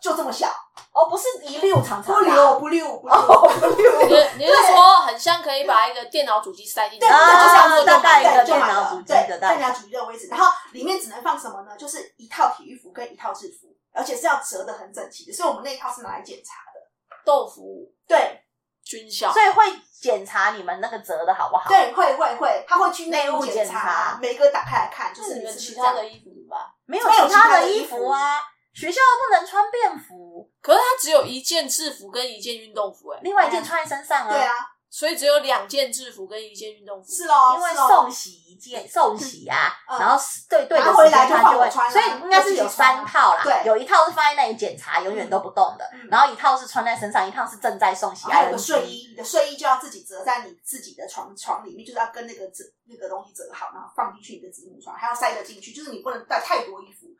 就这么小。 哦，不是一溜长长的， 不溜。 你是说很像可以把一个电脑主机塞进去？ 对，就是要做大概一个就买了， 电脑主机的大小， 电脑主机的位置。然后里面只能放什么呢？就是一套体育服跟一套制服，而且是要折得很整齐的，所以我们那一套是拿来检查的。 豆腐对， 军校， 所以会检查你们那个折的好不好？ 对，会，他会去内务检内务检查每一个打开来看，就是你们是其他的衣服怎么办？ 没有其他的衣服啊，学校不能穿便服， 可是他只有一件制服跟一件运动服另外一件穿在身上啊。 对啊， 所以只有2件制服跟1件运动服。 是咯， 因为送洗啊，然后对的回来就时间他就会， 穿所以应该是有3套啦。 对， 有一套是放在那里检查，永远都不动的，然后一套是穿在身上，一套是正在送洗。 还有个睡衣，你的睡衣就要自己折在你自己的床里面，就是要跟那个东西折好，然后放进去你的子母床，还要塞得进去，就是你不能带太多衣服。